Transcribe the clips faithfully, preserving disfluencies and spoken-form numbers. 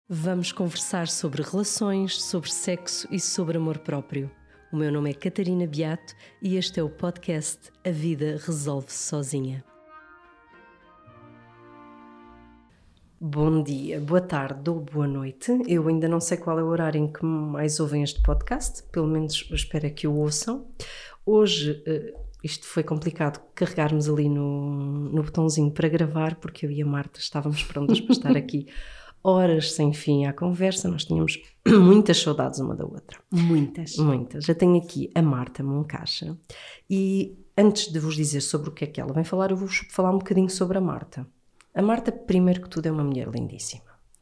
Vamos conversar sobre relações, sobre sexo e sobre amor próprio. O meu nome é Catarina Beato e este é o podcast A Vida Resolve-se Sozinha. Bom dia, boa tarde ou boa noite. Eu ainda não sei qual é o horário em que mais ouvem este podcast, pelo menos espero que o ouçam. Hoje, isto foi complicado, carregarmos ali no, no botãozinho para gravar, porque eu e a Marta estávamos prontas para estar aqui horas sem fim à conversa. Nós tínhamos muitas saudades uma da outra. Muitas. Muitas. Já tenho aqui a Marta Moncacha e antes de vos dizer sobre o que é que ela vem falar, eu vou falar um bocadinho sobre a Marta. A Marta, primeiro que tudo, é uma mulher lindíssima.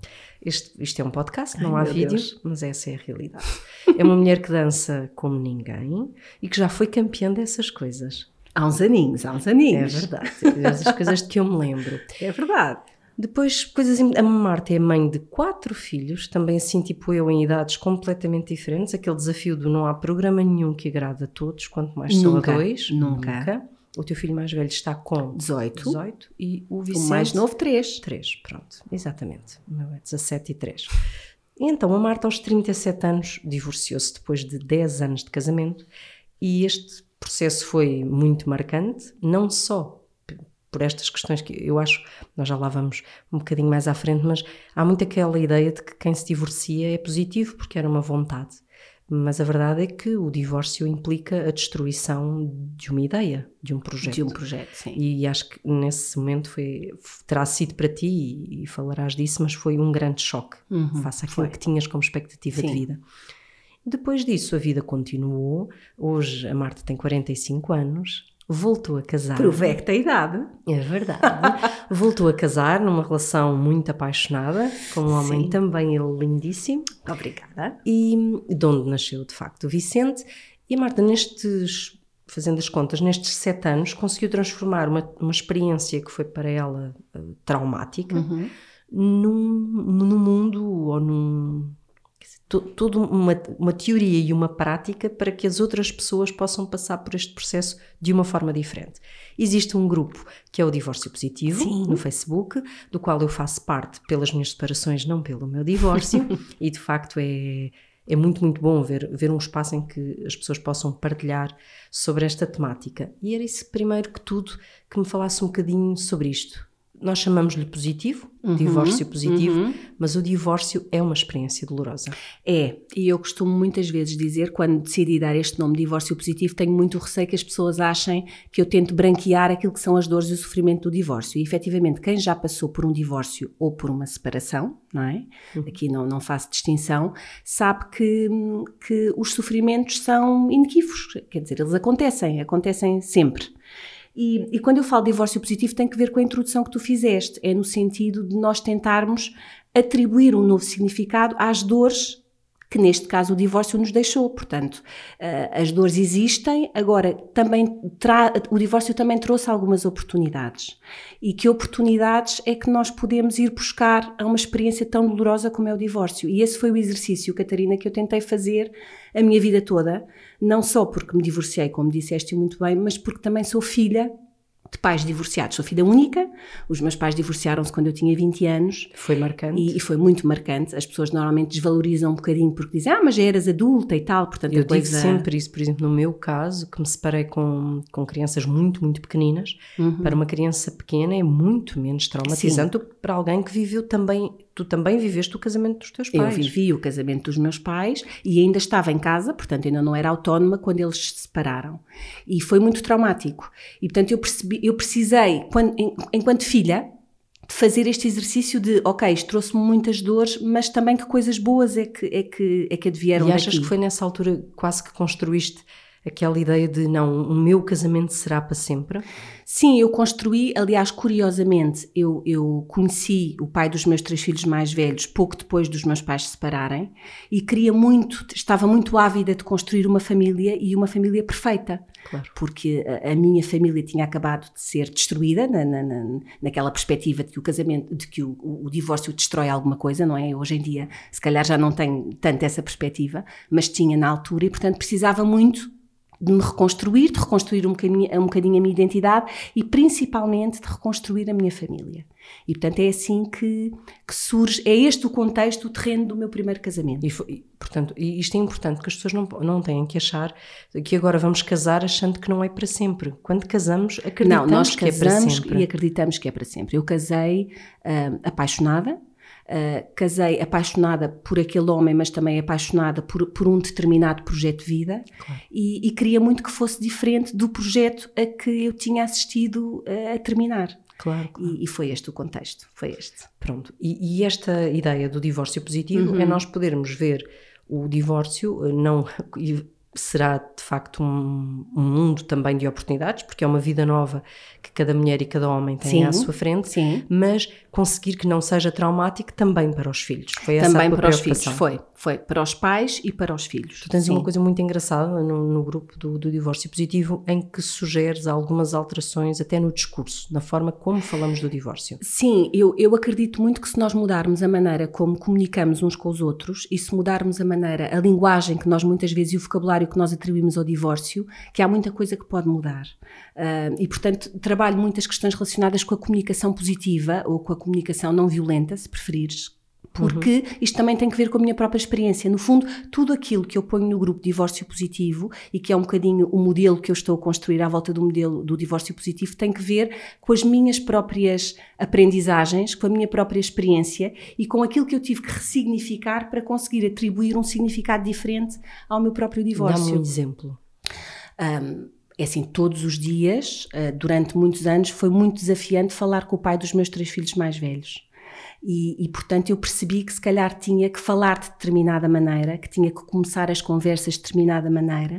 Este, isto é um podcast, não Ai, há vídeo, Deus. Mas essa é a realidade. É uma mulher que dança como ninguém e que já foi campeã dessas coisas. Há uns aninhos, há uns aninhos. É verdade. Essas coisas de que eu me lembro. É verdade. Depois, coisas, a Marta é mãe de quatro filhos, também assim tipo eu, em idades completamente diferentes. Aquele desafio do não há programa nenhum que agrada a todos, quanto mais só a dois. Nunca. Nunca. O teu filho mais velho está com dezoito. dezoito e o Vicente... O mais novo, três. três, pronto, exatamente. O meu é dezassete e três. E então a Marta aos trinta e sete anos divorciou-se depois de dez anos de casamento e este processo foi muito marcante, não só por estas questões que eu acho, nós já lá vamos um bocadinho mais à frente, mas há muito aquela ideia de que quem se divorcia é positivo porque era uma vontade. Mas a verdade é que o divórcio implica a destruição de uma ideia, de um projeto. De um projeto, sim. E acho que nesse momento foi, terá sido para ti, e, e falarás disso, mas foi um grande choque, uhum, face àquilo foi. que tinhas como expectativa sim. de vida. Depois disso a vida continuou. Hoje a Marta tem quarenta e cinco anos, voltou a casar. Provecta a idade. É verdade. Voltou a casar numa relação muito apaixonada, com um homem Sim. também ele lindíssimo. Obrigada. E de onde nasceu de facto o Vicente. E a Marta, nestes, fazendo as contas, nestes sete anos, conseguiu transformar uma, uma experiência que foi para ela uh, traumática uhum. num, num mundo ou num... toda uma, uma teoria e uma prática para que as outras pessoas possam passar por este processo de uma forma diferente. Existe um grupo que é o Divórcio Positivo, Sim. no Facebook, do qual eu faço parte pelas minhas separações, não pelo meu divórcio, e de facto é, é muito, muito bom ver, ver um espaço em que as pessoas possam partilhar sobre esta temática. E era isso, primeiro que tudo, que me falasse um bocadinho sobre isto. Nós chamamos-lhe positivo, uhum, divórcio positivo, uhum. mas o divórcio é uma experiência dolorosa. É, e eu costumo muitas vezes dizer, quando decidi dar este nome divórcio positivo, tenho muito receio que as pessoas achem que eu tento branquear aquilo que são as dores e o sofrimento do divórcio. E efetivamente, quem já passou por um divórcio ou por uma separação, não é? Uhum. Aqui não, não faço distinção, sabe que, que os sofrimentos são inequívocos, quer dizer, eles acontecem, acontecem sempre. E, e quando eu falo de divórcio positivo tem que ver com a introdução que tu fizeste, é no sentido de nós tentarmos atribuir um novo significado às dores que neste caso o divórcio nos deixou. Portanto, uh, as dores existem, agora também tra- o divórcio também trouxe algumas oportunidades. E que oportunidades é que nós podemos ir buscar a uma experiência tão dolorosa como é o divórcio? E esse foi o exercício, Catarina, que eu tentei fazer a minha vida toda, não só porque me divorciei, como disseste muito bem, mas porque também sou filha de pais divorciados. Sou filha única, os meus pais divorciaram-se quando eu tinha vinte anos. Foi marcante. E, e foi muito marcante. As pessoas normalmente desvalorizam um bocadinho porque dizem, ah, mas já eras adulta e tal. Portanto, eu a coisa... digo sempre isso, por exemplo, no meu caso, que me separei com, com crianças muito, muito pequeninas, uhum. para uma criança pequena é muito menos traumatizante do que para alguém que viveu também, tu também viveste o casamento dos teus pais. Eu vivi o casamento dos meus pais e ainda estava em casa, portanto ainda não era autónoma quando eles se separaram. E foi muito traumático. E portanto eu percebi, eu precisei, quando, enquanto filha, de fazer este exercício de, ok, isto trouxe-me muitas dores, mas também que coisas boas é que, é que, é que advieram daqui. E achas que foi nessa altura quase que construíste aquela ideia de, não, o meu casamento será para sempre? Sim, eu construí, aliás, curiosamente, eu, eu conheci o pai dos meus três filhos mais velhos pouco depois dos meus pais se separarem e queria muito, estava muito ávida de construir uma família e uma família perfeita. Claro. Porque a, a minha família tinha acabado de ser destruída na, na, na, naquela perspectiva de que o casamento, de que o, o, o divórcio destrói alguma coisa, não é? Hoje em dia, se calhar já não tenho tanto essa perspectiva, mas tinha na altura e, portanto, precisava muito de me reconstruir, de reconstruir um bocadinho, um bocadinho a minha identidade e principalmente de reconstruir a minha família. E portanto é assim que, que surge, é este o contexto, o terreno do meu primeiro casamento. E, foi, portanto, isto é importante, porque as pessoas não, não têm que achar que agora vamos casar achando que não é para sempre. Quando casamos, acreditamos não, nós que é para sempre. E acreditamos que é para sempre. Eu casei uh, apaixonada, Uh, casei apaixonada por aquele homem, mas também apaixonada por, por um determinado projeto de vida, claro. e, e queria muito que fosse diferente do projeto a que eu tinha assistido uh, a terminar. Claro, claro. E, e foi este o contexto, foi este. Pronto, e, e esta ideia do divórcio positivo uhum. é nós podermos ver o divórcio, não... será de facto um, um mundo também de oportunidades, porque é uma vida nova que cada mulher e cada homem tem sim, à sua frente, sim. mas conseguir que não seja traumático também para os filhos. Foi essa também a para os filhos, foi. Foi para os pais e para os filhos. Tu tens sim. uma coisa muito engraçada no, no grupo do, do divórcio positivo em que sugeres algumas alterações até no discurso, na forma como falamos do divórcio. Sim, eu, eu acredito muito que se nós mudarmos a maneira como comunicamos uns com os outros e se mudarmos a maneira, a linguagem que nós muitas vezes e o vocabulário que nós atribuímos ao divórcio, que há muita coisa que pode mudar. Uh, e, portanto, trabalho muitas questões relacionadas com a comunicação positiva ou com a comunicação não violenta, se preferires, porque uhum. isto também tem que ver com a minha própria experiência. No fundo, tudo aquilo que eu ponho no grupo Divórcio Positivo e que é um bocadinho o modelo que eu estou a construir à volta do modelo do divórcio positivo tem que ver com as minhas próprias aprendizagens, com a minha própria experiência e com aquilo que eu tive que ressignificar para conseguir atribuir um significado diferente ao meu próprio divórcio. Dá-me um exemplo. Um, É assim, todos os dias, durante muitos anos, foi muito desafiante falar com o pai dos meus três filhos mais velhos. E, e, portanto, eu percebi que se calhar tinha que falar de determinada maneira, que tinha que começar as conversas de determinada maneira,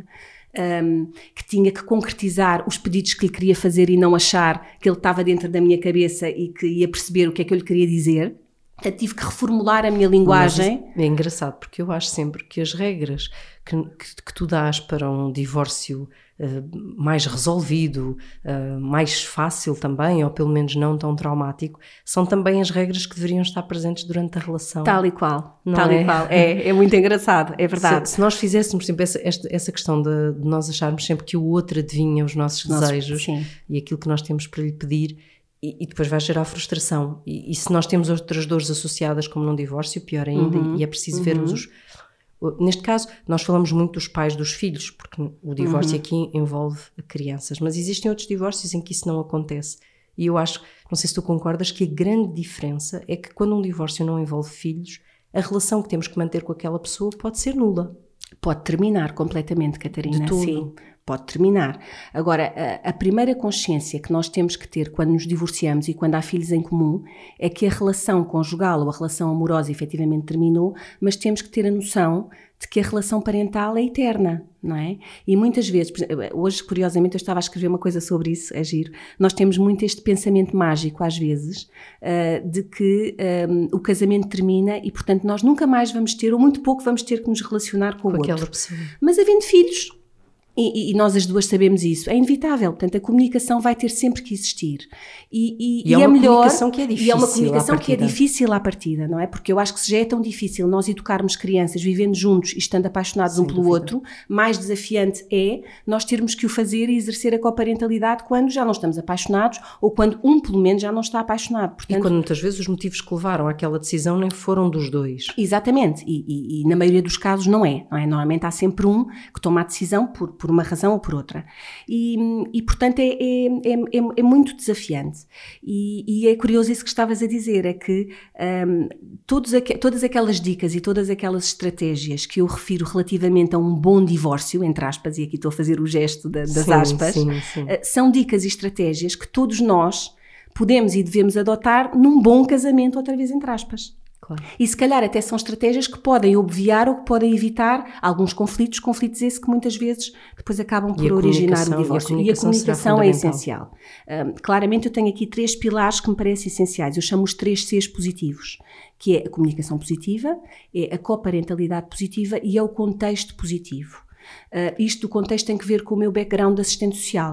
um, que tinha que concretizar os pedidos que lhe queria fazer e não achar que ele estava dentro da minha cabeça e que ia perceber o que é que eu lhe queria dizer. Portanto, tive que reformular a minha linguagem. Mas é engraçado, porque eu acho sempre que as regras que, que, que tu dás para um divórcio uh, mais resolvido, uh, mais fácil também, ou pelo menos não tão traumático, são também as regras que deveriam estar presentes durante a relação. Tal e qual. Não tal é? e qual. É, é muito engraçado, é verdade. Se, se nós fizéssemos sempre essa, esta, essa questão de, de nós acharmos sempre que o outro adivinha os nossos Nosso, desejos sim. e aquilo que nós temos para lhe pedir, E, e depois vai gerar frustração. E, e se nós temos outras dores associadas, como num divórcio, pior ainda, uhum, e é preciso uhum. vermos os... Neste caso, nós falamos muito dos pais dos filhos, porque o divórcio uhum. aqui envolve crianças, mas existem outros divórcios em que isso não acontece. E eu acho, não sei se tu concordas, que a grande diferença é que quando um divórcio não envolve filhos, a relação que temos que manter com aquela pessoa pode ser nula. Pode terminar completamente, Catarina. De tudo. Sim. Pode terminar. Agora, a, a primeira consciência que nós temos que ter quando nos divorciamos e quando há filhos em comum é que a relação conjugal ou a relação amorosa efetivamente terminou, mas temos que ter a noção de que a relação parental é eterna, não é? E muitas vezes, hoje curiosamente eu estava a escrever uma coisa sobre isso, é giro, nós temos muito este pensamento mágico às vezes, uh, de que um, o casamento termina e portanto nós nunca mais vamos ter, ou muito pouco vamos ter que nos relacionar com, com o outro. Pessoa. Mas havendo filhos, E, e nós as duas sabemos isso, é inevitável, portanto a comunicação vai ter sempre que existir e, e, e, e é, é uma melhor, comunicação que é difícil e é uma comunicação que é partida. difícil à partida, não é? Porque eu acho que se já é tão difícil nós educarmos crianças vivendo juntos e estando apaixonados Sem um pelo dúvida. outro, mais desafiante é nós termos que o fazer e exercer a coparentalidade quando já não estamos apaixonados ou quando um pelo menos já não está apaixonado. Portanto, e quando muitas vezes os motivos que levaram àquela decisão nem foram dos dois. Exatamente, e, e, e na maioria dos casos não é, não é? Normalmente há sempre um que toma a decisão por, por uma razão ou por outra. E, e portanto é, é, é, é muito desafiante e, e é curioso isso que estavas a dizer, é que um, todos aqu- todas aquelas dicas e todas aquelas estratégias que eu refiro relativamente a um bom divórcio, entre aspas, e aqui estou a fazer o gesto da, das sim, aspas, sim, sim. Uh, são dicas e estratégias que todos nós podemos e devemos adotar num bom casamento, outra vez entre aspas. Claro. E se calhar até são estratégias que podem obviar ou que podem evitar alguns conflitos, conflitos esses que muitas vezes depois acabam por originar o divórcio. E a comunicação é essencial. Um, claramente eu tenho aqui três pilares que me parecem essenciais, eu chamo os três Cs positivos, que é a comunicação positiva, é a coparentalidade positiva e é o contexto positivo. Uh, isto do contexto tem que ver com o meu background de assistente social.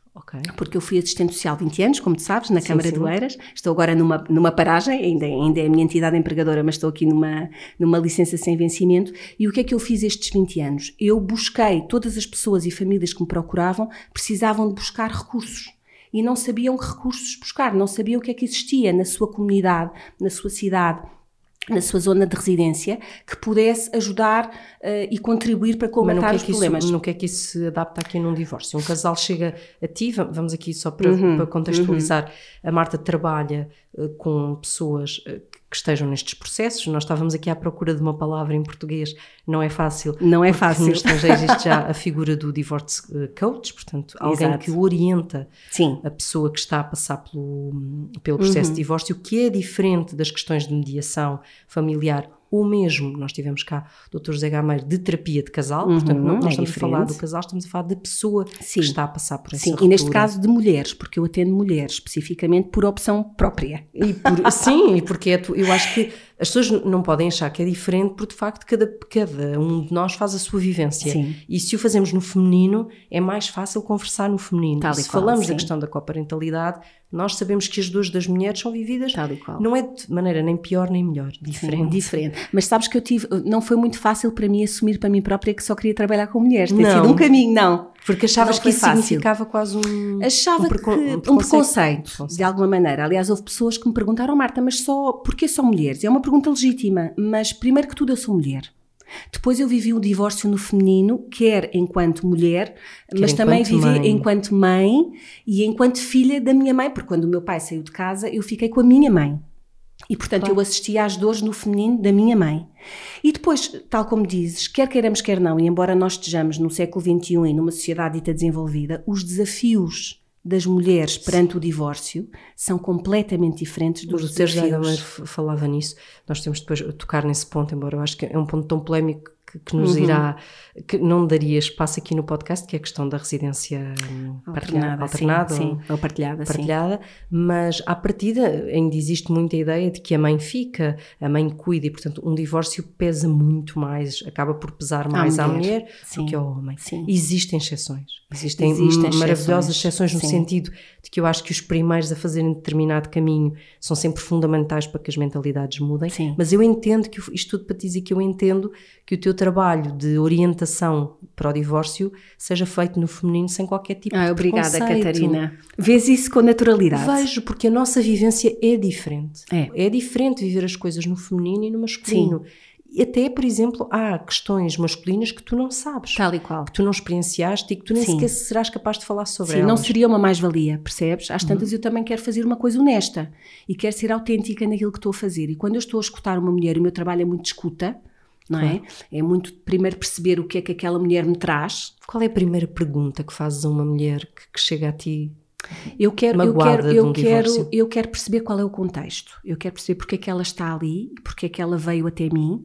Okay. Porque eu fui assistente social vinte anos, como tu sabes, na sim, Câmara sim. de Oeiras. Estou agora numa, numa paragem, ainda, ainda é a minha entidade empregadora, mas estou aqui numa, numa licença sem vencimento. E o que é que eu fiz estes vinte anos? Eu busquei, todas as pessoas e famílias que me procuravam precisavam de buscar recursos. E não sabiam que recursos buscar, não sabiam o que é que existia na sua comunidade, na sua cidade, na sua zona de residência, que pudesse ajudar uh, e contribuir para combatar os problemas. Isso, no que é que isso se adapta aqui num divórcio? Um casal chega a ti, vamos aqui só para, uhum, para contextualizar, uhum. A Marta trabalha uh, com pessoas uh, que estejam nestes processos. Nós estávamos aqui à procura de uma palavra em português, não é fácil. Não é fácil. No estrangeiro existe já a figura do divorce coach, portanto, alguém Exato. que orienta Sim. a pessoa que está a passar pelo, pelo processo uhum. de divórcio, que é diferente das questões de mediação familiar, ou mesmo, nós tivemos cá o doutor José Gameiro, de terapia de casal, uhum, portanto não, não é estamos diferente. a falar do casal, estamos a falar da pessoa Sim. que está a passar por essa Sim, ruptura. e neste caso de mulheres, porque eu atendo mulheres, especificamente por opção própria. E por, sim, e porque é tu, eu acho que as pessoas não podem achar que é diferente, porque de facto cada, cada um de nós faz a sua vivência. Sim. E se o fazemos no feminino, é mais fácil conversar no feminino. Tal e e se qual, falamos sim. da questão da coparentalidade, nós sabemos que as dores das mulheres são vividas, Tal e qual. não é de maneira nem pior nem melhor, diferente. Sim, diferente. Mas sabes que eu tive, não foi muito fácil para mim assumir para mim própria que só queria trabalhar com mulheres. Tem não. sido um caminho, não. Porque achavas não que isso fácil. significava quase um Achava um, precon, que, um, um preconceito, preconceito, preconceito, de alguma maneira. Aliás, houve pessoas que me perguntaram, Marta, mas só, porquê só mulheres? É uma pergunta legítima, mas primeiro que tudo eu sou mulher. Depois eu vivi o divórcio no feminino, quer enquanto mulher, quer mas também vivi mãe. enquanto mãe e enquanto filha da minha mãe, porque quando o meu pai saiu de casa eu fiquei com a minha mãe. E, portanto, claro. Eu assistia às dores no feminino da minha mãe. E depois, tal como dizes, quer queiramos, quer não, e embora nós estejamos no século vinte e um e numa sociedade dita desenvolvida, os desafios das mulheres perante o divórcio são completamente diferentes dos desafios. O doutor José desafios. falava nisso, nós temos depois de tocar nesse ponto, embora eu acho que é um ponto tão polémico que, que nos uhum. irá, que não daria espaço aqui no podcast, que é a questão da residência alternada, alternada sim, ou, sim, ou partilhada, partilhada sim. Mas à partida ainda existe muita ideia de que a mãe fica, a mãe cuida e portanto um divórcio pesa muito mais, acaba por pesar mais à mulher, mulher do que ao homem. Sim. Existem exceções, existem, existem maravilhosas exceções no sim. sentido de que eu acho que os primeiros a fazerem determinado caminho são sempre fundamentais para que as mentalidades mudem, sim. mas eu entendo que isto tudo para te dizer que eu entendo que o teu trabalho de orientação para o divórcio seja feito no feminino sem qualquer tipo ah, de obrigada, preconceito. Catarina. Vês isso com naturalidade? Vejo, porque a nossa vivência é diferente. É, é diferente viver as coisas no feminino e no masculino. Sim. E até, por exemplo, há questões masculinas que tu não sabes. Tal e qual. Que tu não experienciaste e que tu nem Sim. sequer serás capaz de falar sobre Sim, elas. não seria uma mais-valia, percebes? Às tantas uhum. eu também quero fazer uma coisa honesta e quero ser autêntica naquilo que estou a fazer. E quando eu estou a escutar uma mulher, o meu trabalho é muito de escuta, não claro. é? É muito primeiro perceber o que é que aquela mulher me traz. Qual é a primeira pergunta que fazes a uma mulher que, que chega a ti? Eu quero, eu Magoada quero, eu, de um quero, divórcio? eu quero perceber qual é o contexto. Eu quero perceber porque é que ela está ali, porque é que ela veio até mim.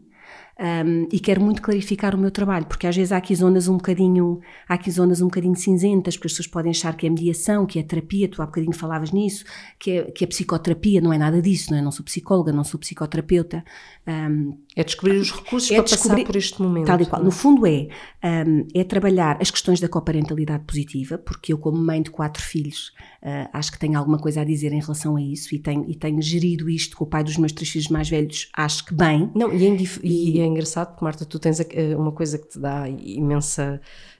Um, e quero muito clarificar o meu trabalho, porque às vezes há aqui zonas um bocadinho, há aqui zonas um bocadinho cinzentas, porque as pessoas podem achar que é mediação, que é terapia, tu há bocadinho falavas nisso, que é, que é psicoterapia, não é nada disso, não é? Não sou psicóloga, não sou psicoterapeuta. Um, é descobrir os recursos é para descobrir, passar por este momento. Tal e qual. No fundo é, um, é trabalhar as questões da coparentalidade positiva, porque eu como mãe de quatro filhos uh, acho que tenho alguma coisa a dizer em relação a isso e tenho, e tenho gerido isto com o pai dos meus três filhos mais velhos, acho que bem. Não, e é, indif- e é engraçado porque, Marta, tu tens uma coisa que te dá imensa,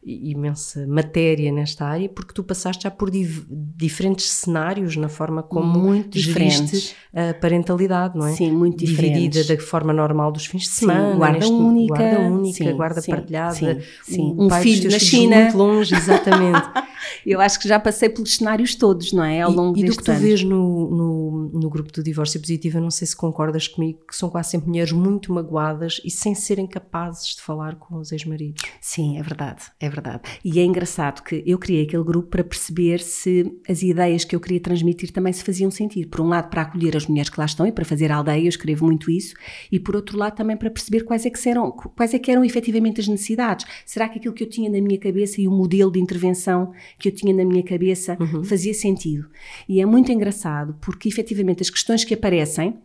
imensa matéria nesta área, porque tu passaste já por div- diferentes cenários na forma como muito geriste a parentalidade, não é? Sim, muito Dividida diferentes. da forma normal dos fins de semana, sim, guarda neste, única, guarda única, sim, guarda sim, partilhada, sim, sim. Um, um pai filho na filhos China, muito longe, exatamente. Eu acho que já passei pelos cenários todos, não é? Ao longo e, e do deste que tu ano. vês no, no, no grupo do Divórcio Positivo, eu não sei se concordas comigo, que são quase sempre mulheres muito magoadas e sem serem capazes de falar com os ex-maridos. Sim, é verdade, é verdade. E é engraçado que eu criei aquele grupo para perceber se as ideias que eu queria transmitir também se faziam sentido. Por um lado, para acolher as mulheres que lá estão e para fazer a aldeia, eu escrevo muito isso, e por outro lado também para perceber quais é que eram, quais é que eram efetivamente as necessidades. Será que aquilo que eu tinha na minha cabeça e o modelo de intervenção que eu tinha na minha cabeça uhum. fazia sentido? E é muito engraçado porque efetivamente as questões que aparecem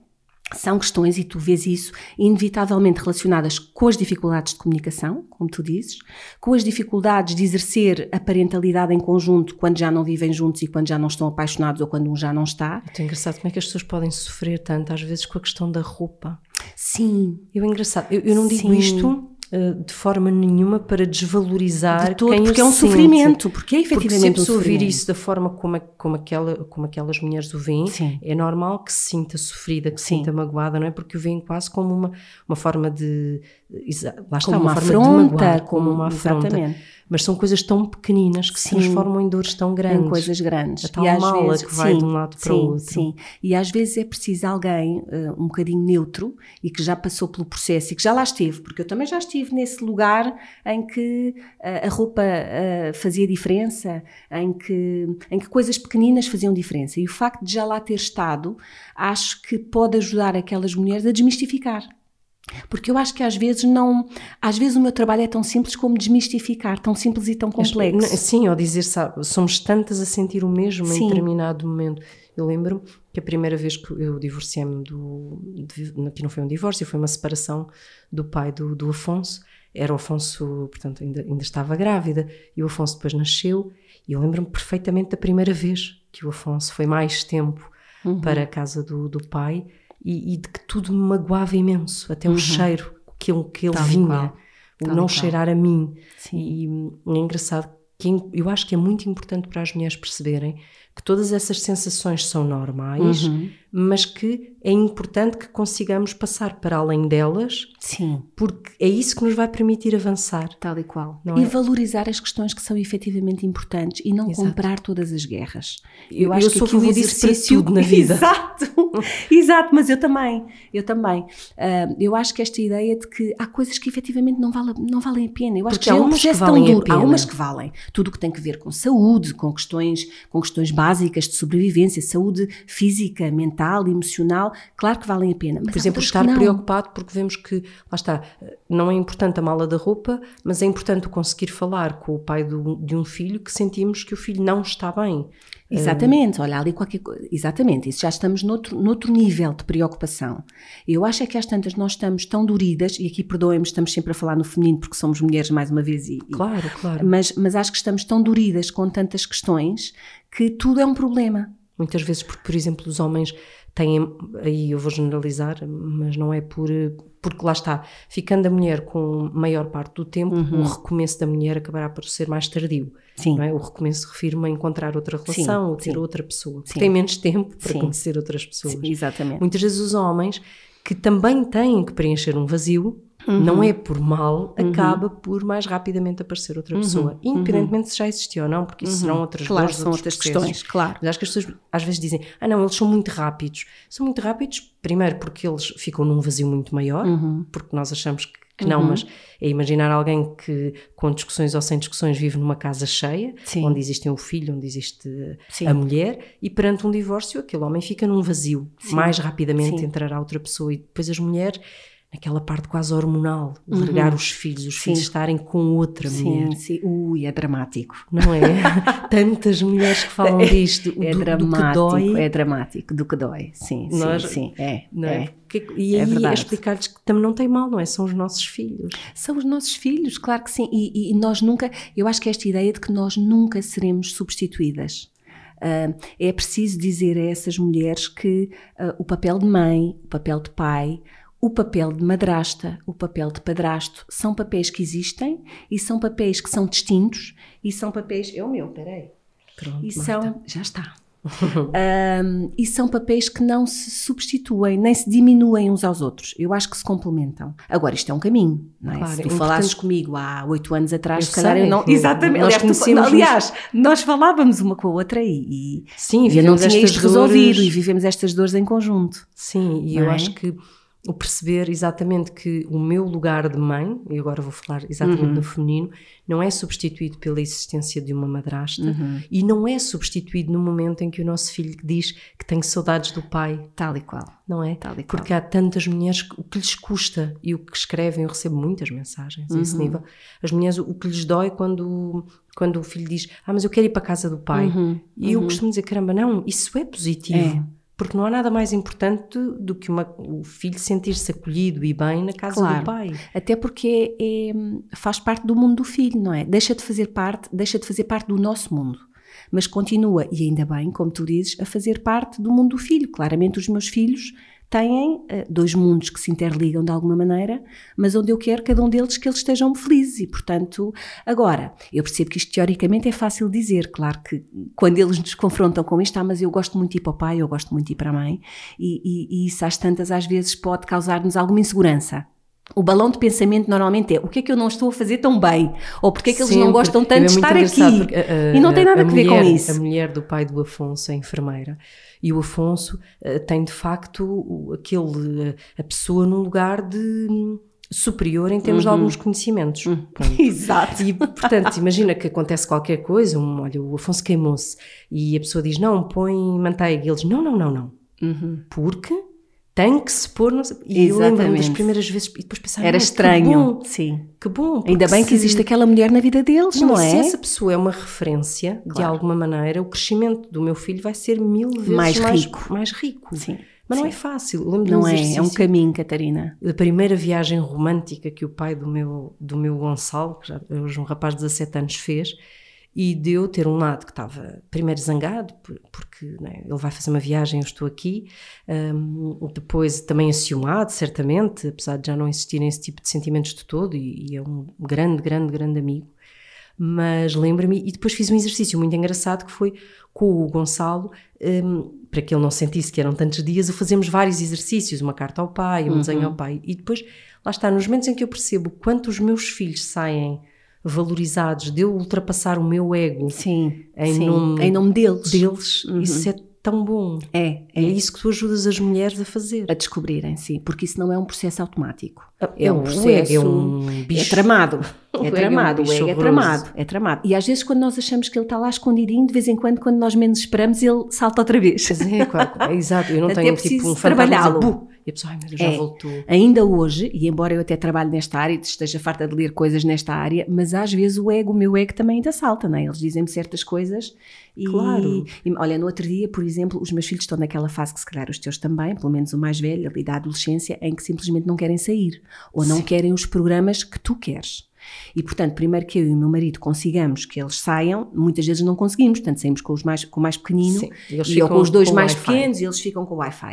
São questões, e tu vês isso, inevitavelmente relacionadas com as dificuldades de comunicação, como tu dizes, com as dificuldades de exercer a parentalidade em conjunto quando já não vivem juntos e quando já não estão apaixonados ou quando um já não está. É engraçado como é que as pessoas podem sofrer tanto, às vezes, com a questão da roupa. Sim. Eu, é engraçado. Eu, eu não digo Sim. isto uh, de forma nenhuma para desvalorizar de todo, quem porque o é um sente. sofrimento, porque é efetivamente porque se a pessoa um sofrimento. ouvir isso da forma como, a, como, aquela, como aquelas mulheres o veem, Sim. é normal que se sinta sofrida, que se Sim. sinta magoada, não é? Porque o veem quase como uma, uma forma de... Lá está, como uma, uma forma afronta, de magoar, como, como uma afronta. Exatamente. Mas são coisas tão pequeninas que Sim. se transformam em dores tão grandes. Em coisas grandes. A tal e às mala vezes, que vai sim, de um lado para sim, o outro. Sim, e às vezes é preciso alguém uh, um bocadinho neutro e que já passou pelo processo e que já lá esteve, porque eu também já estive nesse lugar em que uh, a roupa uh, fazia diferença, em que, em que coisas pequeninas faziam diferença. E o facto de já lá ter estado, acho que pode ajudar aquelas mulheres a desmistificar. Porque eu acho que às vezes não, às vezes o meu trabalho é tão simples como desmistificar, tão simples e tão complexo. Sim, ou dizer, sabe, somos tantas a sentir o mesmo Sim. em determinado momento. Eu lembro-me que a primeira vez que eu divorciei-me do, de, que não foi um divórcio, foi uma separação do pai do, do Afonso. Era o Afonso, portanto, ainda, ainda estava grávida, e o Afonso depois nasceu, e eu lembro-me perfeitamente da primeira vez que o Afonso foi mais tempo uhum. para a casa do, do pai, E, e de que tudo me magoava imenso, até uhum. o cheiro que ele, que ele vinha, o não cheirar a mim. E, e é engraçado, que eu acho que é muito importante para as mulheres perceberem que todas essas sensações são normais, uhum. mas que é importante que consigamos passar para além delas, Sim. porque é isso que nos vai permitir avançar. Tal e qual. Não e é? valorizar as questões que são efetivamente importantes e não Exato. comprar todas as guerras. Eu, eu, acho eu que sou a favor disso para tudo na vida. Exato, exato, mas eu também, eu também. Uh, eu acho que esta ideia de que há coisas que efetivamente não, vale, não valem a pena. Eu acho porque que há é um umas que tão valem duro. a pena. Há umas que valem. Tudo o que tem que ver com saúde, com questões, com questões básicas de sobrevivência, saúde física, mental, emocional, claro que valem a pena. Mas por exemplo, estar preocupado porque vemos que, lá está, não é importante a mala da roupa, mas é importante conseguir falar com o pai do, de um filho que sentimos que o filho não está bem. Exatamente, olha ali qualquer coisa, exatamente, isso já estamos noutro, noutro nível de preocupação. Eu acho é que às tantas nós estamos tão doridas, e aqui perdoem-me, estamos sempre a falar no feminino porque somos mulheres mais uma vez, e, claro, e, claro. Mas, mas acho que estamos tão doridas com tantas questões que tudo é um problema. Muitas vezes porque, por exemplo, os homens têm, aí eu vou generalizar, mas não é por, porque lá está, ficando a mulher com maior parte do tempo, uhum. o recomeço da mulher acabará por ser mais tardio. Sim. Não é? O recomeço refere-me a encontrar outra relação, sim, ou ter sim. outra pessoa, porque sim. tem menos tempo para sim. conhecer outras pessoas. Sim, exatamente. Muitas vezes os homens, que também têm que preencher um vazio, uhum. não é por mal, uhum. acaba por mais rapidamente aparecer outra pessoa, uhum. independentemente uhum. se já existiu ou não, porque isso uhum. serão outras claro, dores, são outras processos. questões, claro. Mas acho que as pessoas às vezes dizem, ah não, eles são muito rápidos. São muito rápidos, primeiro porque eles ficam num vazio muito maior, uhum. porque nós achamos que, que não, uhum. mas é imaginar alguém que com discussões ou sem discussões vive numa casa cheia, Sim. onde existe um filho, onde existe Sim. a mulher, e perante um divórcio aquele homem fica num vazio. Sim. Mais rapidamente Sim. entrará outra pessoa, e depois as mulheres, naquela parte quase hormonal, uhum. largar os filhos, os sim. filhos estarem com outra sim, mulher. Sim, ui, é dramático. Não é? Tantas mulheres que falam disto, é do, dramático, do que dói. É dramático, do que dói, sim, Nós, sim, sim, é. Não é? é. Porque, e é aí verdade. É explicar-lhes que também não tem mal, não é? São os nossos filhos. São os nossos filhos, claro que sim, e, e nós nunca, eu acho que esta ideia de que nós nunca seremos substituídas. Uh, é preciso dizer a essas mulheres que uh, o papel de mãe, o papel de pai, o papel de madrasta, o papel de padrasto, são papéis que existem e são papéis que são distintos e são papéis... É o meu, peraí. Pronto, e são... Já está. um, e são papéis que não se substituem, nem se diminuem uns aos outros. Eu acho que se complementam. Agora, isto é um caminho, não é? Claro, se tu é falasses comigo há oito anos atrás, eu se calhar sei, eu não... Exatamente. Nós aliás, tu, aliás, nós falávamos uma com a outra e, e, Sim, e eu não tinha isto dores... resolvido e vivemos estas dores em conjunto. Sim, e não eu é? acho que o perceber exatamente que o meu lugar de mãe, e agora vou falar exatamente uhum. no feminino, não é substituído pela existência de uma madrasta uhum. e não é substituído no momento em que o nosso filho diz que tem saudades do pai. Tal e qual. Não é? Tal e qual. Porque há tantas mulheres que o que lhes custa e o que escrevem, eu recebo muitas mensagens a esse uhum. nível, as mulheres o que lhes dói quando, quando o filho diz, ah mas eu quero ir para a casa do pai. Uhum. E eu uhum. costumo dizer, caramba, não, isso é positivo. É. Porque não há nada mais importante do que uma, o filho sentir-se acolhido e bem na casa claro, do pai. Até porque é, é, faz parte do mundo do filho, não é? Deixa de fazer parte, deixa de fazer parte do nosso mundo. Mas continua, e ainda bem, como tu dizes, a fazer parte do mundo do filho. Claramente os meus filhos têm uh, dois mundos que se interligam de alguma maneira, mas onde eu quero cada um deles que eles estejam felizes e, portanto, agora, eu percebo que isto teoricamente é fácil dizer, claro que quando eles nos confrontam com isto, ah, mas eu gosto muito de ir para o pai, eu gosto muito de ir para a mãe, e, e, e isso às tantas às vezes pode causar-nos alguma insegurança. O balão de pensamento normalmente é o que é que eu não estou a fazer tão bem? Ou porque é que eles Sempre. Não gostam tanto é de estar aqui? A, a, e não tem nada a, a ver mulher, com isso. A mulher do pai do Afonso é enfermeira e o Afonso uh, tem de facto o, aquele, a pessoa num lugar de superior em termos uhum. de alguns conhecimentos. Uhum. Exato. E portanto, imagina que acontece qualquer coisa, um, olha, o Afonso queimou-se e a pessoa diz, não, põe manteiga. E eles, não, não, não, não. Uhum. Porque... tem que se pôr... No... E eu lembro-me das primeiras vezes e depois pensava... Era estranho. Que bom, sim. Que bom. Ainda bem se... que existe aquela mulher na vida deles, não, não é? Se essa pessoa é uma referência, claro. De alguma maneira, o crescimento do meu filho vai ser mil vezes mais, mais rico. Mais rico. Sim. Mas sim. não é fácil. Eu lembro não de um é, exercício, é um caminho, Catarina. A primeira viagem romântica que o pai do meu, do meu Gonçalo, que já é hoje um rapaz de dezassete anos, fez... E de eu ter um lado que estava primeiro zangado, porque né, ele vai fazer uma viagem, eu estou aqui, um, depois também aciumado, certamente, apesar de já não existirem esse tipo de sentimentos de todo, e, e é um grande, grande, grande amigo. Mas lembro-me, e depois fiz um exercício muito engraçado que foi com o Gonçalo, um, para que ele não sentisse que eram tantos dias, o fazemos vários exercícios, uma carta ao pai, um uhum. desenho ao pai, e depois, lá está, nos momentos em que eu percebo quanto os meus filhos saem valorizados, de eu ultrapassar o meu ego sim, em, sim. Nome em nome deles, deles uhum. isso é tão bom. É, é. É isso que tu ajudas as mulheres a fazer. A descobrirem, sim, porque isso não é um processo automático. É, é um processo... É um bicho. É tramado. É tramado, o ego é tramado. É tramado. E às vezes quando nós achamos que ele está lá escondidinho, de vez em quando, quando nós menos esperamos, ele salta outra vez. É, claro, é, exato. Eu não tenho tipo um fantasma e a pessoa, ai meu Deus, já é, voltou. Ainda hoje, e embora eu até trabalhe nesta área e esteja farta de ler coisas nesta área, mas às vezes o ego, o meu ego também ainda salta, não é? Eles dizem-me certas coisas e... Claro. E, olha, no outro dia, por exemplo, os meus filhos estão naquela fase que se calhar os teus também, pelo menos o mais velho, ali da adolescência, em que simplesmente não querem sair. Ou não Sim. querem os programas que tu queres. E, portanto, primeiro que eu e o meu marido consigamos que eles saiam, muitas vezes não conseguimos, portanto, saímos com, os mais, com o mais pequenino Sim, e ou com os dois com mais pequenos e eles ficam com o Wi-Fi.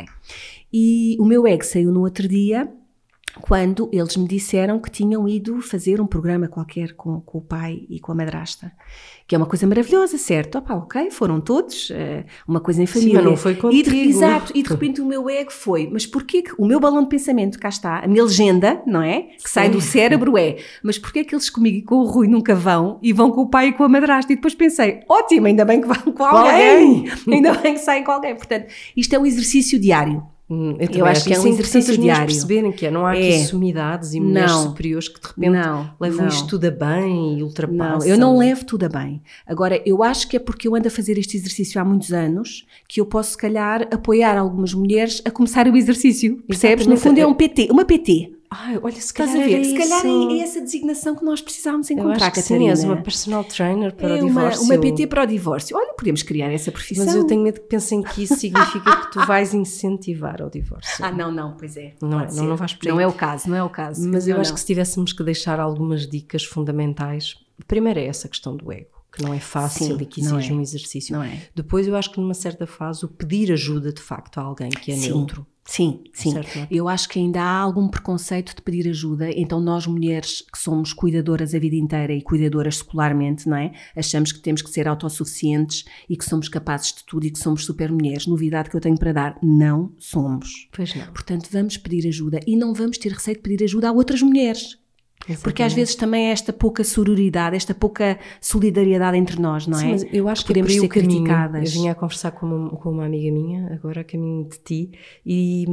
E o meu ego saiu no outro dia, quando eles me disseram que tinham ido fazer um programa qualquer com, com o pai e com a madrasta, que é uma coisa maravilhosa, certo? Opa, ok, foram todos, uma coisa em família. Sim, mas não foi contigo. E de, exato, e de repente o meu ego foi, mas porquê que o meu balão de pensamento, cá está, a minha legenda, não é? Que Sim. sai do cérebro é, mas porquê que eles comigo e com o Rui nunca vão e vão com o pai e com a madrasta? E depois pensei, ótimo, ainda bem que vão com alguém, ainda bem que saem com alguém. Portanto, isto é um exercício diário. Hum, eu, eu acho que é um exercício diário. Perceberem que é, não há aqui é. sumidades e mulheres não. superiores que de repente não, levam não. isto tudo a bem e ultrapassam. Não, eu não levo tudo a bem. Agora, eu acho que é porque eu ando a fazer este exercício há muitos anos que eu posso, se calhar, apoiar algumas mulheres a começar o exercício. Percebes? Exatamente. No fundo é um P T, uma P T. Ai, olha, se calhar, Estás a ver? É se calhar isso. é essa designação que nós precisávamos encontrar, eu acho que Catarina. Sim, és uma personal trainer para é o divórcio. Uma, uma P T para o divórcio. Olha, podemos criar essa profissão. Mas eu tenho medo que pensem que isso significa que tu vais incentivar ao divórcio. Ah, não, não, pois é. Não, não, não vais por aí. Não é o caso, não é o caso. Mas não, eu acho não. que se tivéssemos que deixar algumas dicas fundamentais, primeiro é essa questão do ego, que não é fácil Sim, e que exige é. um exercício. Não é. Depois eu acho que numa certa fase o pedir ajuda de facto a alguém que é Sim. neutro. Sim, sim. Certo, eu acho que ainda há algum preconceito de pedir ajuda, então nós mulheres que somos cuidadoras a vida inteira e cuidadoras secularmente, não é? Achamos que temos que ser autossuficientes e que somos capazes de tudo e que somos super mulheres. Novidade que eu tenho para dar, não somos. Pois não. Portanto, vamos pedir ajuda e não vamos ter receio de pedir ajuda a outras mulheres. Exatamente. Porque às vezes também é esta pouca sororidade, esta pouca solidariedade entre nós, não é? Sim, mas eu acho que, que podemos é ser caminho. criticadas. Eu vinha a conversar com uma, com uma amiga minha, agora a caminho de ti, e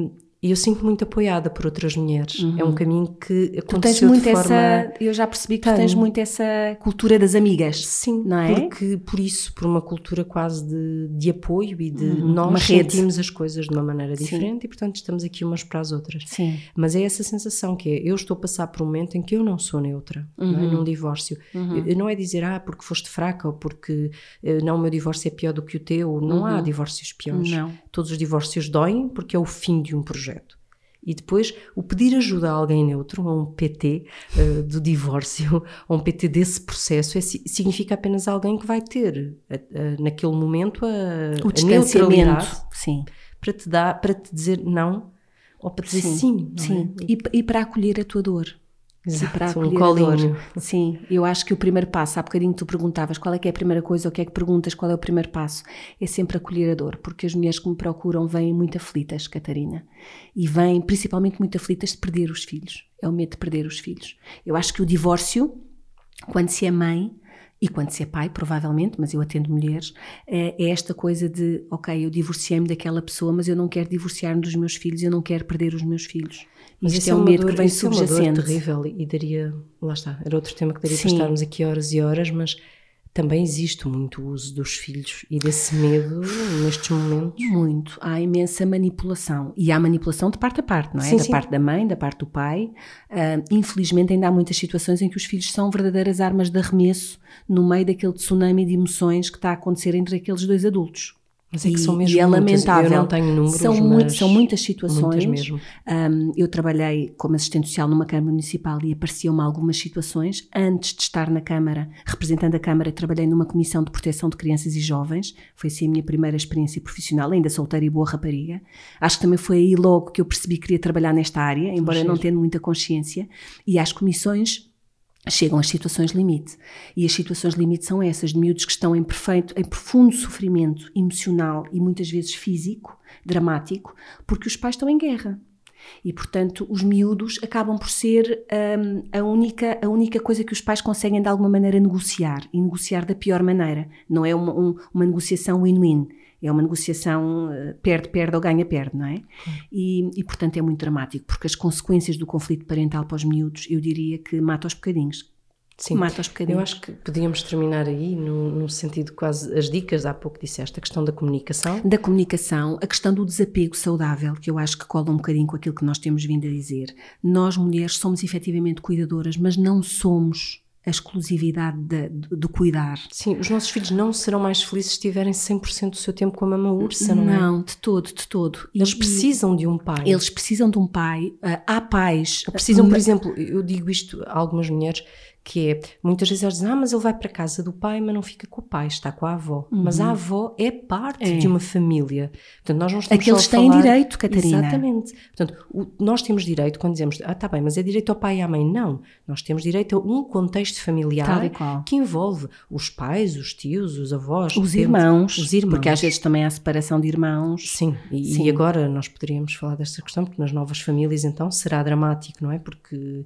E eu sinto-me muito apoiada por outras mulheres. Uhum. É um caminho que aconteceu tu tens muito de forma... essa, eu já percebi que tu tens muito essa cultura das amigas. Sim, não é? Porque, por isso, por uma cultura quase de, de apoio e de uhum. nós sentimos as coisas de uma maneira diferente. Sim. E, portanto, estamos aqui umas para as outras. Sim. Mas é essa sensação que é, eu estou a passar por um momento em que eu não sou neutra, uhum. não é? Num divórcio. Uhum. Não é dizer, ah, porque foste fraca ou porque não, o meu divórcio é pior do que o teu. Não uhum. há divórcios piores. Não. Todos os divórcios doem porque é o fim de um projeto. E depois, o pedir ajuda a alguém neutro, a um P T uh, do divórcio, a um P T desse processo, é, significa apenas alguém que vai ter, uh, uh, naquele momento, a, o a neutralidade sim. para te dar, para te dizer não, ou para te dizer sim. Sim, sim. É? E, e para acolher a tua dor. Exato, para um colinho. Sim, eu acho que o primeiro passo, há bocadinho tu perguntavas qual é que é a primeira coisa, ou o que é que perguntas, qual é o primeiro passo, é sempre acolher a dor, porque as mulheres que me procuram vêm muito aflitas, Catarina, e vêm principalmente muito aflitas de perder os filhos, é o medo de perder os filhos. Eu acho que o divórcio, quando se é mãe, e quando se é pai, provavelmente, mas eu atendo mulheres, é, é esta coisa de, ok, eu divorciei-me daquela pessoa, mas eu não quero divorciar-me dos meus filhos, eu não quero perder os meus filhos. Mas isto é um um medo dor, que vem subjacente. É uma dor terrível e daria, lá está, era outro tema que daria Sim. para estarmos aqui horas e horas, mas também existe muito o uso dos filhos e desse medo nestes momentos. Muito, há imensa manipulação e há manipulação de parte a parte, não é? Sim, da sim. parte da mãe, da parte do pai. Uh, infelizmente ainda há muitas situações em que os filhos são verdadeiras armas de arremesso no meio daquele tsunami de emoções que está a acontecer entre aqueles dois adultos. Mas é que são mesmo e é lamentável. Eu não tenho números, são, mas muito, são muitas situações. Muitas mesmo. Um, eu trabalhei como assistente social numa Câmara Municipal e apareciam-me algumas situações. Antes de estar na Câmara, representando a Câmara, trabalhei numa Comissão de Proteção de Crianças e Jovens. Foi assim a minha primeira experiência profissional, ainda solteira e boa rapariga. Acho que também foi aí logo que eu percebi que queria trabalhar nesta área, embora não tendo muita consciência. E às comissões chegam às situações limite. E as situações limite são essas, de miúdos que estão em, perfeito, em profundo sofrimento emocional e muitas vezes físico, dramático, porque os pais estão em guerra. E, portanto, os miúdos acabam por ser um, a, única, a única coisa que os pais conseguem de alguma maneira negociar, e negociar da pior maneira. Não é uma, um, uma negociação win-win. É uma negociação uh, perde-perde ou ganha-perde, não é? Hum. E, e, portanto, é muito dramático, porque as consequências do conflito parental para os miúdos, eu diria que mata aos bocadinhos. Sim, mata aos bocadinhos. Eu acho que podíamos terminar aí, no, no sentido quase, as dicas, há pouco disseste, a questão da comunicação. Da comunicação, a questão do desapego saudável, que eu acho que cola um bocadinho com aquilo que nós temos vindo a dizer. Nós, mulheres, somos efetivamente cuidadoras, mas não somos a exclusividade de, de, de cuidar. Sim, os nossos filhos não serão mais felizes se tiverem cem por cento do seu tempo com a mama ursa, não é? Não, de todo, de todo. Eles e, precisam de um pai. Eles precisam de um pai. Uh, há pais... Precisam, por exemplo, eu digo isto a algumas mulheres, que é, muitas vezes elas dizem, ah, mas ele vai para a casa do pai, mas não fica com o pai, está com a avó. Uhum. Mas a avó é parte é. de uma família. Portanto, nós não estamos Aqueles só a têm falar... direito, Catarina. Exatamente. Portanto, o, nós temos direito, quando dizemos, ah, está bem, mas é direito ao pai e à mãe. Não. Nós temos direito a um contexto familiar que envolve os pais, os tios, os avós. Os irmãos, os irmãos. Porque às vezes também há separação de irmãos. Sim. E, Sim. e agora nós poderíamos falar desta questão, porque nas novas famílias, então, será dramático, não é? Porque...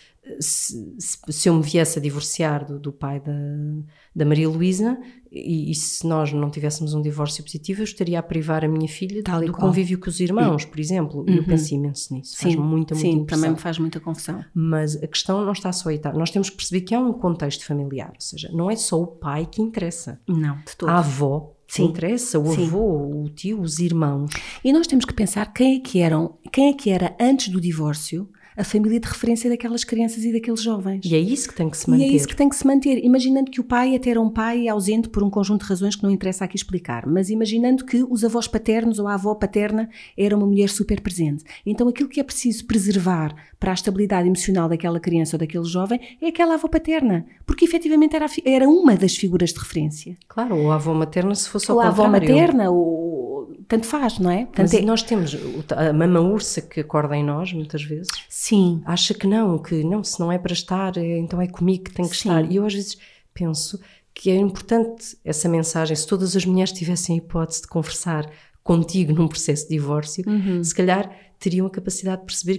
Se, se, se eu me viesse a divorciar do, do pai da, da Maria Luísa e, e se nós não tivéssemos um divórcio positivo, eu estaria a privar a minha filha Tal do convívio com os irmãos, por exemplo. E uhum. eu penso imenso nisso. Sim, faz muita, muita sim, impressão. Também me faz muita confusão. Mas a questão não está só aí. Tá? Nós temos que perceber que há um contexto familiar, ou seja, não é só o pai que interessa. Não, de todo. A avó Sim. interessa, o Sim. avô, o tio, os irmãos. E nós temos que pensar quem é que eram, quem é que era antes do divórcio a família de referência daquelas crianças e daqueles jovens. E é isso que tem que se manter. E é isso que tem que se manter. Imaginando que o pai até era um pai ausente por um conjunto de razões que não interessa aqui explicar, mas imaginando que os avós paternos ou a avó paterna era uma mulher super presente. Então aquilo que é preciso preservar para a estabilidade emocional daquela criança ou daquele jovem é aquela avó paterna, porque efetivamente era, era uma das figuras de referência. Claro, ou a avó materna se fosse ao ou contrário. Ou a avó materna, ou... tanto faz, não é? Tanto mas é... nós temos a mama ursa que acorda em nós muitas vezes. Sim. Acha que não, que não, se não é para estar, então é comigo que tem que Sim. estar. E eu às vezes penso que é importante essa mensagem, se todas as mulheres tivessem a hipótese de conversar contigo num processo de divórcio, uhum. se calhar teriam a capacidade de perceber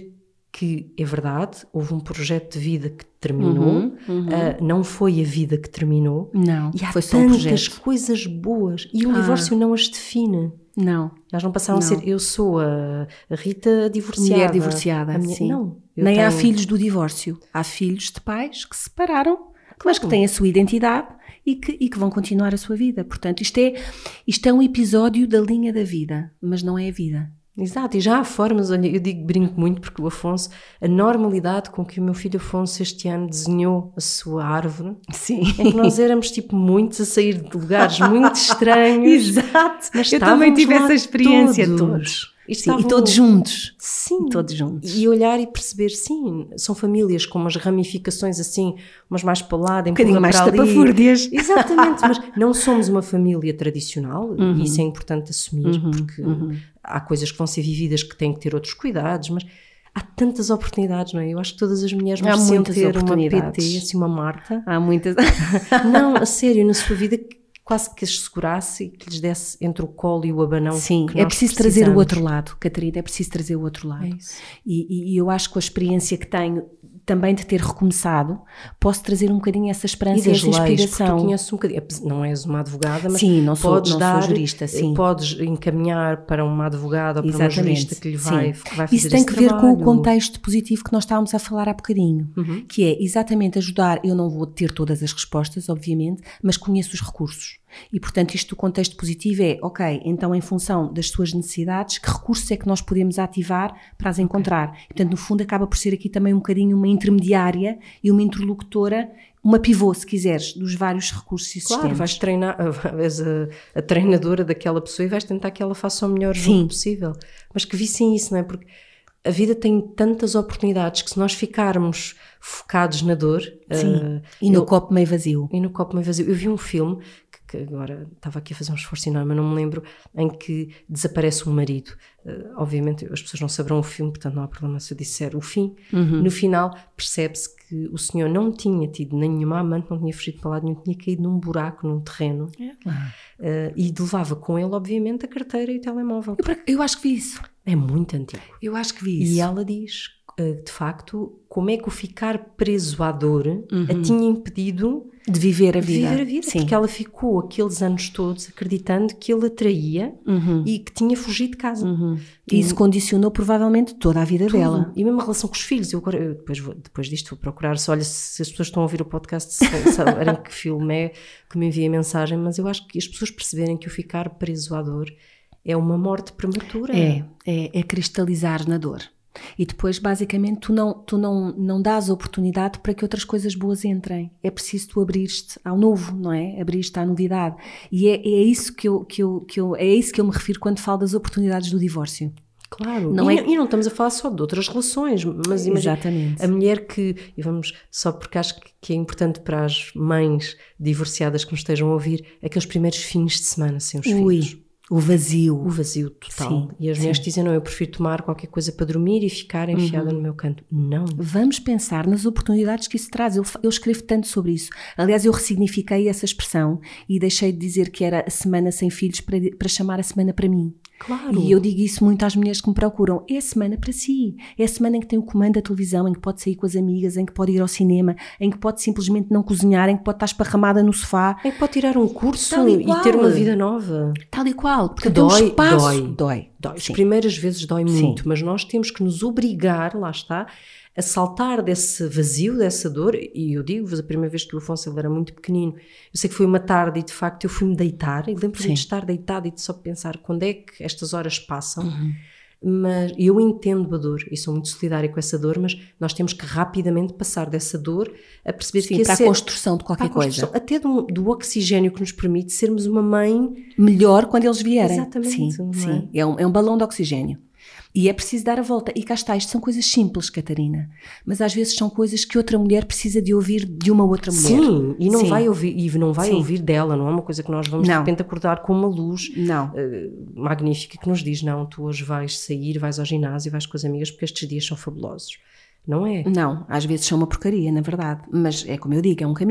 que é verdade, houve um projeto de vida que terminou, Uhum, uhum. Uh, não foi a vida que terminou. Não, e há foi só um tantas projeto. coisas boas e o Ah. divórcio não as define. Não. Elas não passaram Não. a ser, eu sou a, a Rita divorciada. Mulher divorciada, a minha, sim. Não. eu Nem tenho... há filhos do divórcio. Há filhos de pais que se separaram, mas que têm a sua identidade e que, e que vão continuar a sua vida. Portanto, isto é, isto é um episódio da linha da vida, mas não é a vida. Exato, e já há formas, olha, eu digo, brinco muito porque o Afonso, a normalidade com que o meu filho Afonso este ano desenhou a sua árvore, Sim. em que nós éramos tipo muitos a sair de lugares muito estranhos. Exato, mas eu também tive lá essa experiência, todos. todos. E, Sim, e todos juntos. Sim. E todos juntos. E olhar e perceber, sim, são famílias com umas ramificações assim, umas mais para lá, um bocadinho mais para ali. estapafúrdias. Exatamente, mas não somos uma família tradicional, Uhum. e isso é importante assumir, Uhum, porque uhum. há coisas que vão ser vividas que têm que ter outros cuidados, mas há tantas oportunidades, não é? Eu acho que todas as mulheres Há merecem muitas ter uma P oportunidades. T, assim, uma Marta. Há muitas. Não, a sério, na sua vida quase que as segurasse e que lhes desse entre o colo e o abanão. Sim, que é nós preciso precisamos. trazer o outro lado, Catarina, é preciso trazer o outro lado. É isso. E, e eu acho que com a experiência que tenho também de ter recomeçado, posso trazer um bocadinho essa esperança e, E essa das leis, porque inspiração. tu conheces um bocadinho, não és uma advogada, mas Sim, não sou, podes não dar, sou jurista, sim. podes encaminhar para uma advogada ou para Exatamente, uma jurista que lhe vai, sim. que vai fazer Isso tem esse que ver trabalho. com o contexto positivo que nós estávamos a falar há bocadinho, Uhum. que é exatamente ajudar, eu não vou ter todas as respostas, obviamente, mas conheço os recursos. E, portanto, isto do contexto positivo é, ok, então em função das suas necessidades, que recursos é que nós podemos ativar para as encontrar? Okay. Portanto, no fundo, acaba por ser aqui também um bocadinho uma intermediária e uma interlocutora, uma pivô, se quiseres, dos vários recursos existentes. Claro, vais treinar, és a, a treinadora daquela pessoa e vais tentar que ela faça o melhor jogo possível. Mas que vissem isso, não é? Porque a vida tem tantas oportunidades que se nós ficarmos focados na dor... Sim, uh, e no eu, copo meio vazio. E no copo meio vazio. Eu vi um filme, que, que agora estava aqui a fazer um esforço enorme, mas não me lembro, em que desaparece um marido. Uh, obviamente as pessoas não saberão o filme, portanto não há problema se eu disser o fim. Uhum. No final percebe-se que o senhor não tinha tido nenhuma amante, não tinha fugido para lá nenhum, tinha caído num buraco, num terreno. É. Uh, e levava com ele, obviamente, a carteira e o telemóvel. Eu, eu acho que vi isso. É muito antigo. Eu acho que vi isso. E ela diz, de facto, como é que o ficar preso à dor uhum. a tinha impedido de viver a vida. De viver a vida, Sim. Porque ela ficou aqueles anos todos acreditando que ele a traía uhum. e que tinha fugido de casa. Uhum. E isso condicionou provavelmente toda a vida tudo. dela. E mesmo a relação com os filhos. Eu, agora, eu depois, vou, depois disto vou procurar, se, olha, se as pessoas estão a ouvir o podcast, saberem que filme é que me envia mensagem, mas eu acho que as pessoas perceberem que o ficar preso à dor é uma morte prematura. É, é, é cristalizar na dor. E depois, basicamente, tu, não, tu não, não dás oportunidade para que outras coisas boas entrem. É preciso tu abrir-te ao novo, não é? Abrir-te à novidade. E é, é, isso que eu, que, eu, que eu, é isso que eu me refiro quando falo das oportunidades do divórcio. Claro, não e, é... não, e não estamos a falar só de outras relações, mas imagina, exatamente. A mulher que, e vamos só porque acho que é importante para as mães divorciadas que nos estejam a ouvir, aqueles primeiros fins de semana sem os Ui. filhos. O vazio. O vazio total. Sim, e as mulheres sim. dizem, não, eu prefiro tomar qualquer coisa para dormir e ficar enfiada uhum. no meu canto. Não. Vamos pensar nas oportunidades que isso traz. Eu, eu escrevo tanto sobre isso. Aliás, eu ressignifiquei essa expressão e deixei de dizer que era a semana sem filhos para, para chamar a semana para mim. Claro. E eu digo isso muito às mulheres que me procuram. É a semana para si. É a semana em que tem o comando da televisão, em que pode sair com as amigas, em que pode ir ao cinema, em que pode simplesmente não cozinhar, em que pode estar esparramada no sofá. Em que pode tirar um curso e, e ter uma vida nova. Tal e qual. Porque dói, um espaço, dói. Dói. dói. As primeiras vezes dói muito, Sim. mas nós temos que nos obrigar, lá está, a saltar desse vazio, dessa dor. E eu digo-vos, a primeira vez que o Afonso ele era muito pequenino, eu sei que foi uma tarde e de facto eu fui-me deitar e lembro-me de estar deitada e de só pensar quando é que estas horas passam. Uhum. Mas eu entendo a dor e sou muito solidária com essa dor, mas nós temos que rapidamente passar dessa dor a perceber Sim, que para esse a construção de qualquer coisa. Até do, do oxigênio que nos permite sermos uma mãe melhor quando eles vierem. Exatamente. Sim, sim. É? É, um, é um balão de oxigênio. E é preciso dar a volta. E cá está, isto são coisas simples, Catarina. Mas às vezes são coisas que outra mulher precisa de ouvir de uma outra mulher. Sim, e não Sim. vai ouvir, e não vai Sim. ouvir dela, não é uma coisa que nós vamos não. de repente acordar com uma luz não. Uh, magnífica que nos diz, não, tu hoje vais sair, vais ao ginásio, vais com as amigas porque estes dias são fabulosos. Não é? Não, às vezes são uma porcaria, na verdade. Mas é como eu digo, é um caminho.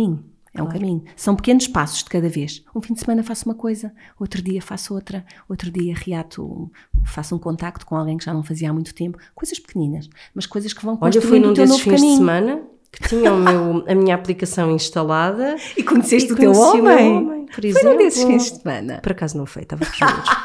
É um Claro. caminho. São pequenos passos de cada vez. Um fim de semana faço uma coisa, outro dia faço outra, outro dia reato, faço um contacto com alguém que já não fazia há muito tempo. Coisas pequeninas, mas coisas que vão Olha, construindo fui num o teu desses novo fins caminho. de semana que tinha o meu, a minha aplicação instalada. E conheceste e o teu conheci o homem? meu homem, por Foi exemplo. num desses fins de semana. Por acaso não foi, estava com os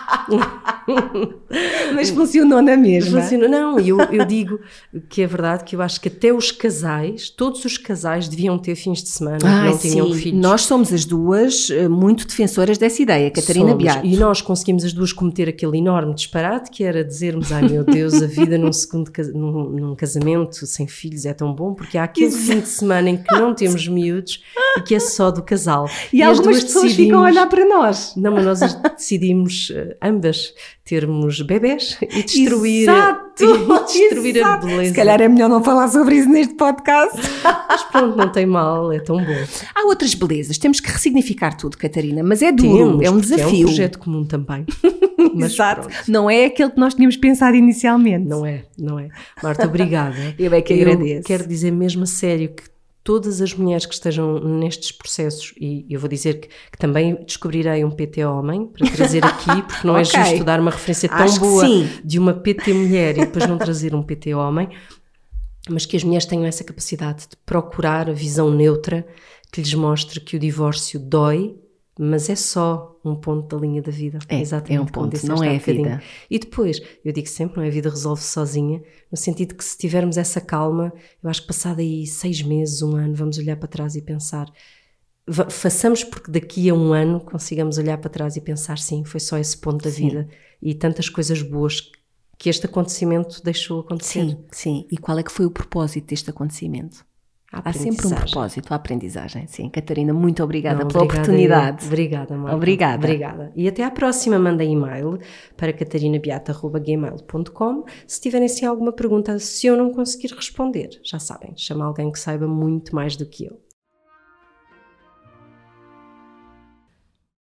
miúdos. Mas funcionou na mesma. Funciona. Não, eu, eu digo que é verdade que eu acho que até os casais, todos os casais deviam ter fins de semana, que Ai, não tinham sim. filhos. Nós somos as duas eh, muito defensoras dessa ideia, Catarina Somos. Beato. E nós conseguimos as duas cometer aquele enorme disparate que era dizermos, ai meu Deus, a vida num, segundo, cas- num, num casamento sem filhos é tão bom, porque há aquele Exato. fim de semana em que não temos miúdos e que é só do casal. E, as algumas duas pessoas ficam a olhar para nós. Não, mas nós decidimos eh, ambas termos bebés e destruir, Exato, e destruir a exato. beleza. Se calhar é melhor não falar sobre isso neste podcast. Mas pronto, não tem mal, é tão bom. Há outras belezas, temos que ressignificar tudo, Catarina, mas é duro, Temos, é um porque desafio. É um projeto comum também. Mas Exato. pronto. Não é aquele que nós tínhamos pensado inicialmente. Não é, não é. Marta, obrigada. Eu é que agradeço. Quero dizer mesmo a sério que todas as mulheres que estejam nestes processos, e eu vou dizer que, que também descobrirei um P T homem para trazer aqui, porque não Ok. é justo dar uma referência tão Acho que boa sim. de uma P T mulher e depois não trazer um P T homem, mas que as mulheres tenham essa capacidade de procurar a visão neutra que lhes mostre que o divórcio dói, mas é só um ponto da linha da vida. É, Exatamente é um como ponto, disseste não há é a bocadinho. vida. E depois, eu digo sempre, não é? A vida resolve-se sozinha, no sentido que se tivermos essa calma, eu acho que passado aí seis meses, um ano, vamos olhar para trás e pensar, va- façamos porque daqui a um ano consigamos olhar para trás e pensar, sim, foi só esse ponto da Sim. vida e tantas coisas boas que este acontecimento deixou acontecer. Sim, sim. E qual é que foi o propósito deste acontecimento? A Há sempre um aprendizagem. propósito, a aprendizagem. Sim, Catarina, muito obrigada Não, pela obrigada oportunidade. eu. Obrigada, Marta. Obrigada. Obrigada. E até à próxima. Mandem e-mail para catarinabeata arroba gmail ponto com. Se tiverem assim alguma pergunta, se eu não conseguir responder, já sabem, chama alguém que saiba muito mais do que eu.